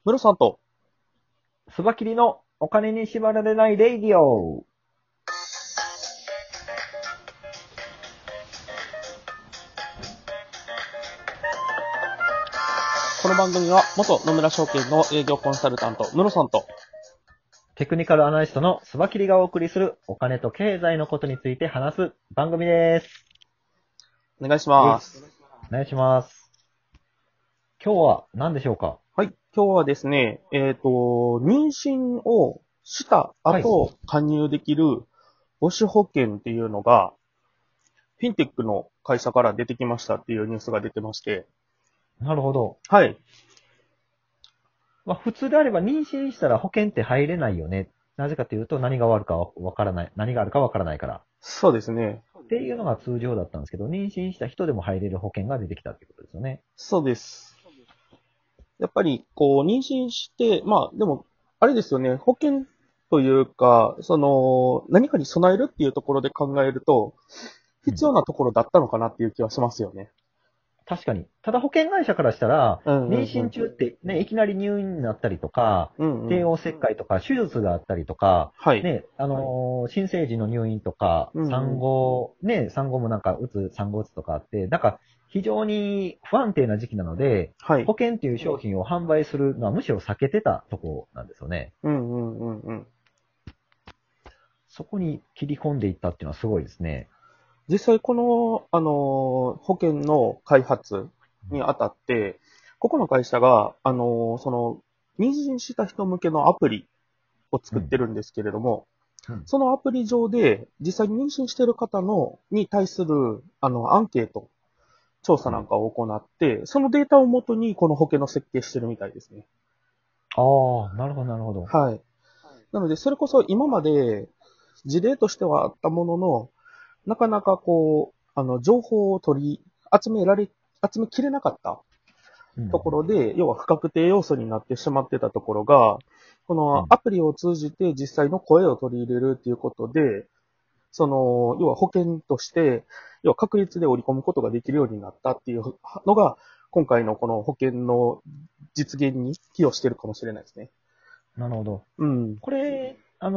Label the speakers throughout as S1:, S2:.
S1: ムロさんと、
S2: スバキリのお金に縛られないレイディオ。
S1: この番組は元野村証券の営業コンサルタント、ムロさんと、
S2: テクニカルアナリストのスバキリがお送りするお金と経済のことについて話す番組です。
S1: お願いします。
S2: お願いします。今日は何でしょうか？
S1: はい、今日はですね、妊娠をした
S2: はい。
S1: 後加入できる母子保険っていうのが、フィンテックの会社から出てきましたっていうニュースが出てまして、
S2: なるほど。
S1: はい、
S2: 普通であれば妊娠したら保険って入れないよね。なぜかというと何があるかわからない。何があるかわからないから。
S1: そうですね。
S2: っていうのが通常だったんですけど、妊娠した人でも入れる保険が出てきたってことですよね。
S1: そうです。やっぱり、妊娠して、でも、あれですよね、保険というか、何かに備えるっていうところで考えると、
S2: うん。
S1: 必要なところだったのかなっていう気はしますよね。
S2: 確かに。ただ保険会社からしたら、
S1: うんう
S2: 妊
S1: んうん。
S2: 娠中ってね、いきなり入院になったりとか、
S1: うんうん。
S2: 帝王切開とか手術があったりとか、
S1: はい。
S2: ね、新生児の入院とか、
S1: うんうん。
S2: 産後も産後うつとかあって、なんか非常に不安定な時期なので、
S1: はい。
S2: 保険っていう商品を販売するのはむしろ避けてたとこなんですよね。
S1: うんうんうんうん。
S2: そこに切り込んでいったっていうのはすごいですね。
S1: 実際この、保険の開発にあたって、ここの会社が、妊娠した人向けのアプリを
S2: うん。
S1: 作ってるんですけれども、
S2: うん。
S1: そのアプリ上で、実際に妊娠している方に対する、アンケート、調査なんかを行って、そのデータをもとにこの保険の設計してるみたいですね。
S2: ああ、なるほど、なるほど。
S1: はい。なので、それこそ今まで事例としてはあったものの、なかなか情報を集めきれなかった
S2: うん。
S1: ところで、要は不確定要素になってしまってたところが、こ
S2: うん。
S1: のアプリを通じて実際の声を取り入れるっていうことで、要は保険として、要は確率で織り込むことができるようになったっていうのが、今回のこの保険の実現に寄与してるかもしれないですね。
S2: なるほど。
S1: うん。
S2: これ、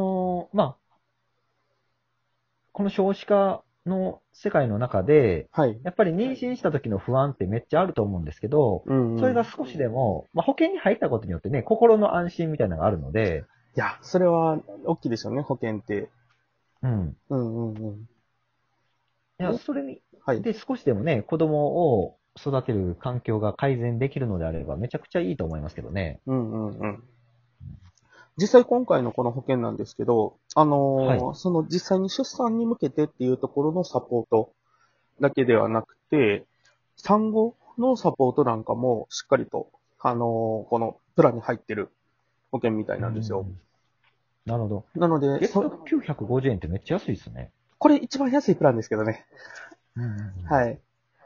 S2: この少子化の世界の中で、
S1: はい。
S2: やっぱり妊娠した時の不安ってめっちゃあると思うんですけど、
S1: うんうん。
S2: それが少しでも、保険に入ったことによってね、心の安心みたいなのがあるので、
S1: いや、それは大きいですよね、保険って。
S2: うん。
S1: うんうんうん。
S2: いや、
S1: で、
S2: それに、
S1: はい。
S2: で少しでもね、子供を育てる環境が改善できるのであれば、めちゃくちゃいいと思いますけどね。
S1: うんうんうん。実際今回のこの保険なんですけど、
S2: はい。
S1: その実際に出産に向けてっていうところのサポートだけではなくて、産後のサポートなんかもしっかりと、このプランに入ってる保険みたい
S2: う
S1: なんですよ。
S2: ん。なるほど。
S1: なので、
S2: 月額950円ってめっちゃ安いですね。
S1: これ一番安いプランですけどね。
S2: うんうんうん。
S1: はい。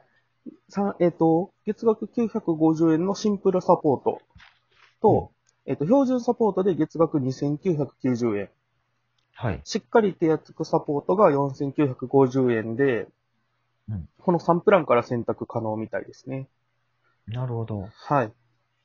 S1: 月額950円のシンプルサポート
S2: うん。
S1: と、標準サポートで月額2990円。
S2: はい。
S1: しっかり手厚くサポートが4950円で、
S2: うん。
S1: この3プランから選択可能みたいですね。
S2: なるほど。
S1: はい。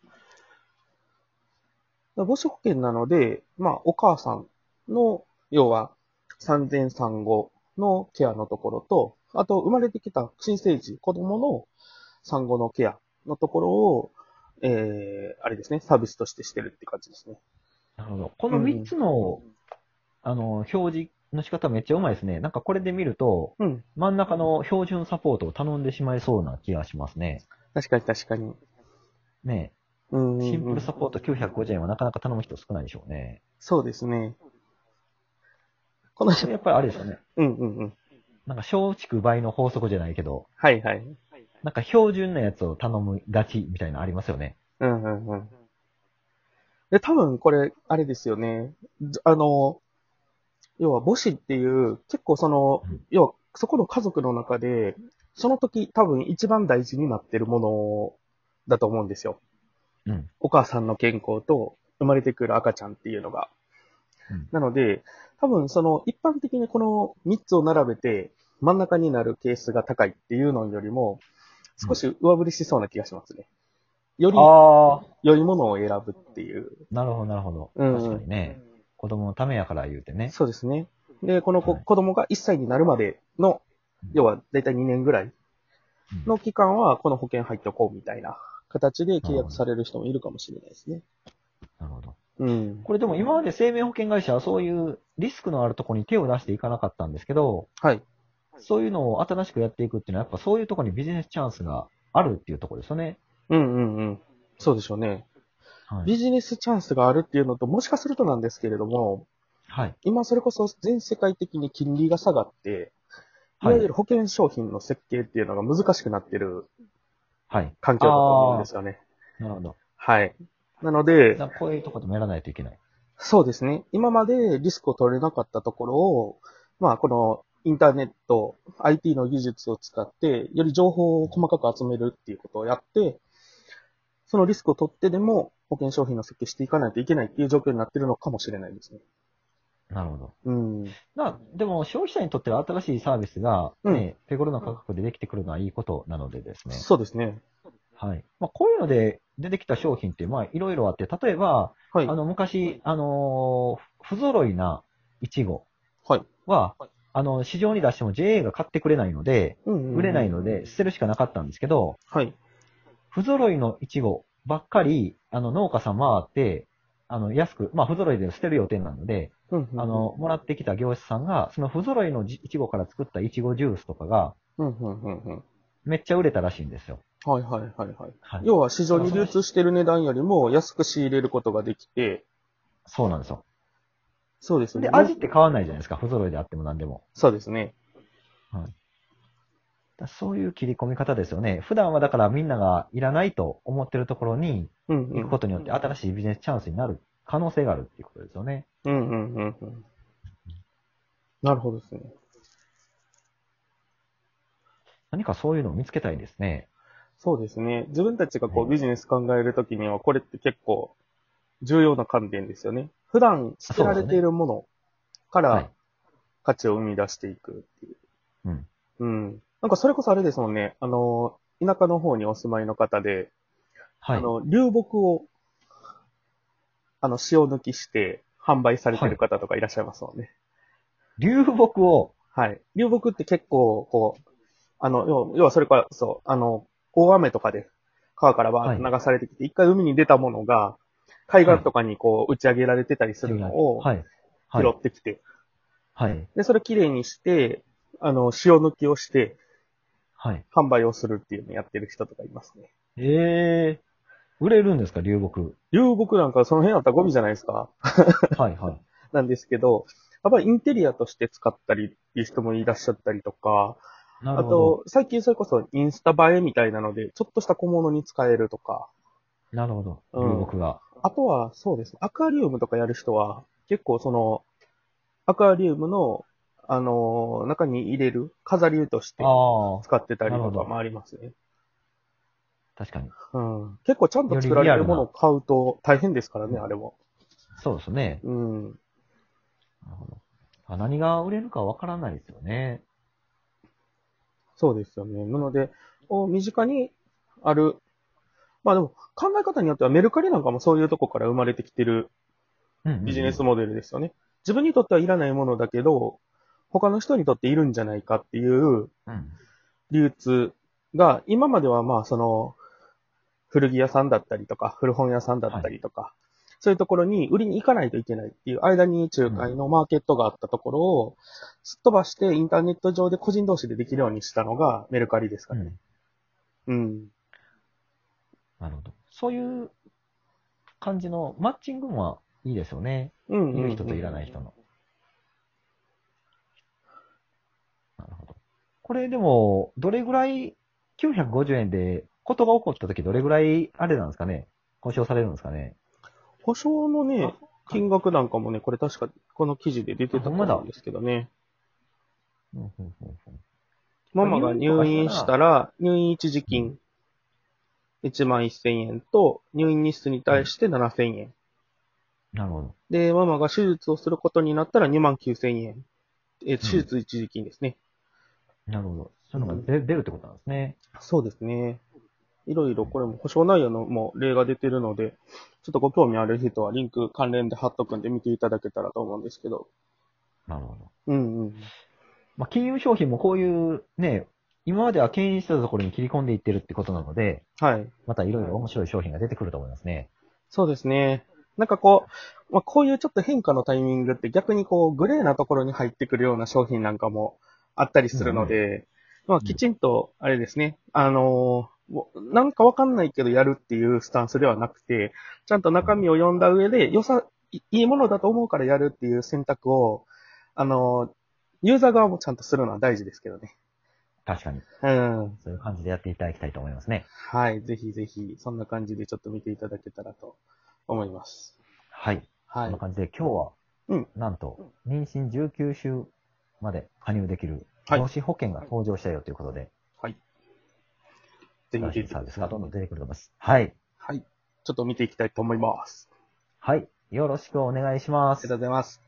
S1: 母子保険なので、お母さんの、要は、産前産後のケアのところと、あと、生まれてきた新生児、子供の産後のケアのところを、あれですね、サービスとしてしてるって感じですね。
S2: なるほど。この3
S1: うん。
S2: つの、表示の仕方めっちゃうまいですね。なんかこれで見ると、
S1: うん。
S2: 真ん中の標準サポートを頼んでしまいそうな気がしますね。
S1: 確かに確かに。
S2: ね
S1: うんう
S2: シン
S1: んうん。
S2: プルサポート950円はなかなか頼む人少ないでしょうね。
S1: そうですね。この、
S2: これやっぱりあれですよね。
S1: うんうんうん。
S2: なんか松竹梅の法則じゃないけど、
S1: はいはい。
S2: なんか標準なやつを頼むがちみたいなのありますよね。
S1: うんうんうん。で、多分これ、あれですよね。要は母子っていう、結構
S2: うん。
S1: 要はそこの家族の中で、その時多分一番大事になってるものだと思うんですよ。
S2: うん。
S1: お母さんの健康と生まれてくる赤ちゃんっていうのが。
S2: うん。
S1: なので、多分一般的にこの3つを並べて真ん中になるケースが高いっていうのよりも、
S2: うん。
S1: 少し上振れしそうな気がしますね。より、
S2: ああ。
S1: 良いものを選ぶっていう。
S2: なるほど、なるほど。
S1: うん
S2: 確かにね。子供のためやから言うてね。
S1: そうですね。で、この
S2: はい
S1: 子供が1歳になるまでの、要はだいたい2年ぐらい
S2: うん
S1: の期間はこの保険入っておこうみたいな形で契約さ
S2: なるほど。
S1: れる人もいるかもしれないですね。
S2: なるほど。
S1: うん。
S2: これでも今まで生命保険会社はそういうリスクのあるところに手を出していかなかったんですけど、
S1: はい。
S2: そういうのを新しくやっていくっていうのはやっぱそういうところにビジネスチャンスがあるっていうところですよね。
S1: うんうんうん。そうでしょうね。
S2: はい。
S1: ビジネスチャンスがあるっていうのと、もしかするとなんですけれども、
S2: はい。
S1: 今それこそ全世界的に金利が下がって、い
S2: はい。
S1: わゆる保険商品の設計っていうのが難しくなってる
S2: はい。
S1: 環境だと思うんで
S2: あ
S1: すよね。
S2: あ、なるほど。
S1: はい。なので、
S2: こういうところでもやらないといけない。
S1: そうですね。今までリスクを取れなかったところを、まあ、このインターネット、IT の技術を使って、より情報を細かく集めるっていうことをやって、そのリスクを取ってでも保険商品の設計していかないといけないっていう状況になってるのかもしれないですね。
S2: なるほど。
S1: うん。
S2: でも消費者にとっては新しいサービスが、
S1: うん。
S2: ね、手頃な価格でできてくるのはいいことなのでですね。
S1: そうですね。
S2: はい。まあ、こういうので出てきた商品って、まあ、いろいろあって、例えば、
S1: はい。
S2: 昔、不揃いなイチゴ
S1: はい。
S2: は、市場に出しても JA が買ってくれないので、
S1: うんうんうん。
S2: 売れないので、捨てるしかなかったんですけど、
S1: はい。
S2: 不揃いのイチゴばっかり、農家さん回って、安く、まあ、不揃いで捨てる予定なので、
S1: うんうんうん。
S2: もらってきた業者さんが、その不揃いのイチゴから作ったイチゴジュースとかが、
S1: うんうんうんうん。
S2: めっちゃ売れたらしいんですよ。
S1: はいはいはいはい。
S2: はい。
S1: 要は市場に
S2: だから
S1: 流通してる値段よりも安く仕入れることができて、
S2: そうなんですよ。で、
S1: そうですよね。
S2: 味って変わんないじゃないですか。不揃いであっても何でも。
S1: そうですね。
S2: はい。そういう切り込み方ですよね。普段はだからみんながいらないと思ってるところに
S1: うんうん。
S2: 行くことによって新しいビジネスチャンスになる可能性があるっていうことですよね。
S1: うんうんうんうん。なるほどですね。
S2: 何かそういうのを見つけたいですね。
S1: そうですね。自分たちがこう
S2: ね
S1: ビジネス考えるときには、これって結構重要な観点ですよね。普段捨てられ
S2: そうですよね。
S1: ているものから
S2: はい。
S1: 価値を生み出していくっていう。
S2: うん。
S1: うん。なんかそれこそあれですもんね。田舎の方にお住まいの方で、
S2: はい。
S1: 流木を、塩抜きして販売されて
S2: はい。
S1: る方とかいらっしゃいますもんね。
S2: 流木を、
S1: はい。流木って結構、こう、要はそれこそ、大雨とかで川からバー
S2: はい。
S1: ッと流されてきて、一回海に出たものが、海
S2: はい。
S1: 岸とかにこう打ち上げられてたりするのを
S2: はい。は
S1: 拾
S2: い。
S1: ってきて、
S2: はい。
S1: で、それきれいにして、塩抜きをして、
S2: はい。
S1: 販売をするっていうのをやってる人とかいますね。
S2: ええ売れるんですか、流木。
S1: 流木なんかその辺あったらゴミじゃないですか。
S2: はい。はい。
S1: なんですけど、やっぱりインテリアとして使ったりっていう人もいらっしゃったりとか、
S2: なるほど。
S1: あと、最近それこそインスタ映えみたいなので、ちょっとした小物に使えるとか、
S2: なるほど。流
S1: うん。
S2: 木が。
S1: あとは、そうですね。アクアリウムとかやる人は、結構その、アクアリウムの、中に入れる飾りとして
S2: ああ、
S1: 使ってた
S2: なるほど。
S1: りとかもありますね。
S2: 確かに。
S1: うん。結構ちゃんと
S2: より
S1: 作られてる
S2: リアルな。
S1: ものを買うと大変ですからね、あ
S2: うん
S1: れも。
S2: そうですね。
S1: うん。
S2: なるほど。何が売れるかわからないですよね。
S1: そうですよね。なので、身近にある。まあでも、考え方によってはメルカリなんかもそういうとこから生まれてきてる
S2: うんうんうん。
S1: ビジネスモデルですよね。自分にとってはいらないものだけど、他の人にとっているんじゃないかっていう
S2: うん。
S1: 流通が、今まではまあその、古着屋さんだったりとか、古本屋さんだっ
S2: はい。
S1: たりとか、そういうところに売りに行かないといけないっていう間に仲
S2: うん。
S1: 介のマーケットがあったところを、すっ飛ばしてインターネット上で個人同士でできるようにしたのがメルカリですからね。
S2: うん。
S1: うん。
S2: なるほど。そういう感じのマッチングもいいですよね。
S1: うん
S2: い
S1: うんうん。
S2: る人といらない人の。なるほど。これでも、どれぐらい、950円で、ことが起こった時どれぐらい、あれなんですかね。保証されるんですかね。
S1: 保証のね、金額なんかもね、これ確かこの記事で出て
S2: あ、
S1: た
S2: ほんまだ。
S1: と思うんですけどね。
S2: うんうんうんうん
S1: ママが
S2: 入院とかした
S1: 入院した
S2: ら、
S1: ら、入院一時
S2: うん。
S1: 金1万1000円と、入院日数に
S2: はい。
S1: 対して7000円。
S2: なるほど。
S1: で、ママが手術をすることになったら2万9000円。手
S2: うん。
S1: 術一時金ですね。
S2: なるほど。そういうのが
S1: うん、
S2: 出るってことなんですね。
S1: そうですね。 いろいろこれも保証内容のもう例が出てるので、ちょっとご興味ある人はリンク関連で貼っとくんで見ていただけたらと思うんですけど。
S2: なるほど。
S1: うんうん。
S2: まあ、金融商品もこういうね、今までは牽引してたところに切り込んでいってるってことなので、
S1: はい。
S2: またいろいろ面白い商品が出てくると思いますね。
S1: そうですね。なんかこう、まあ、こういうちょっと変化のタイミングって逆にこう、グレーなところに入ってくるような商品なんかもあったりするので、まあ、きちんと、あれですね、なんかわかんないけどやるっていうスタンスではなくて、ちゃんと中身を読んだ上で、いいものだと思うからやるっていう選択を、あのーユーザー側もちゃんとするのは大事ですけどね。
S2: 確かに。
S1: うん。
S2: そういう感じでやっていただきたいと思いますね。
S1: はい。ぜひぜひ、そんな感じでちょっと見ていただけたらと思います。
S2: はい。
S1: はい。
S2: こんな感じで今日は、
S1: うん。
S2: なんと、妊娠19週まで加入できる
S1: はい。
S2: 母子保険が登場したよということで、
S1: はい。ぜひ
S2: 新しい
S1: ぜひ。
S2: サービスがどんどん出てくると思います。はい。
S1: はい。ちょっと見ていきたいと思います。
S2: はい。よろしくお願いします。
S1: ありがとうございます。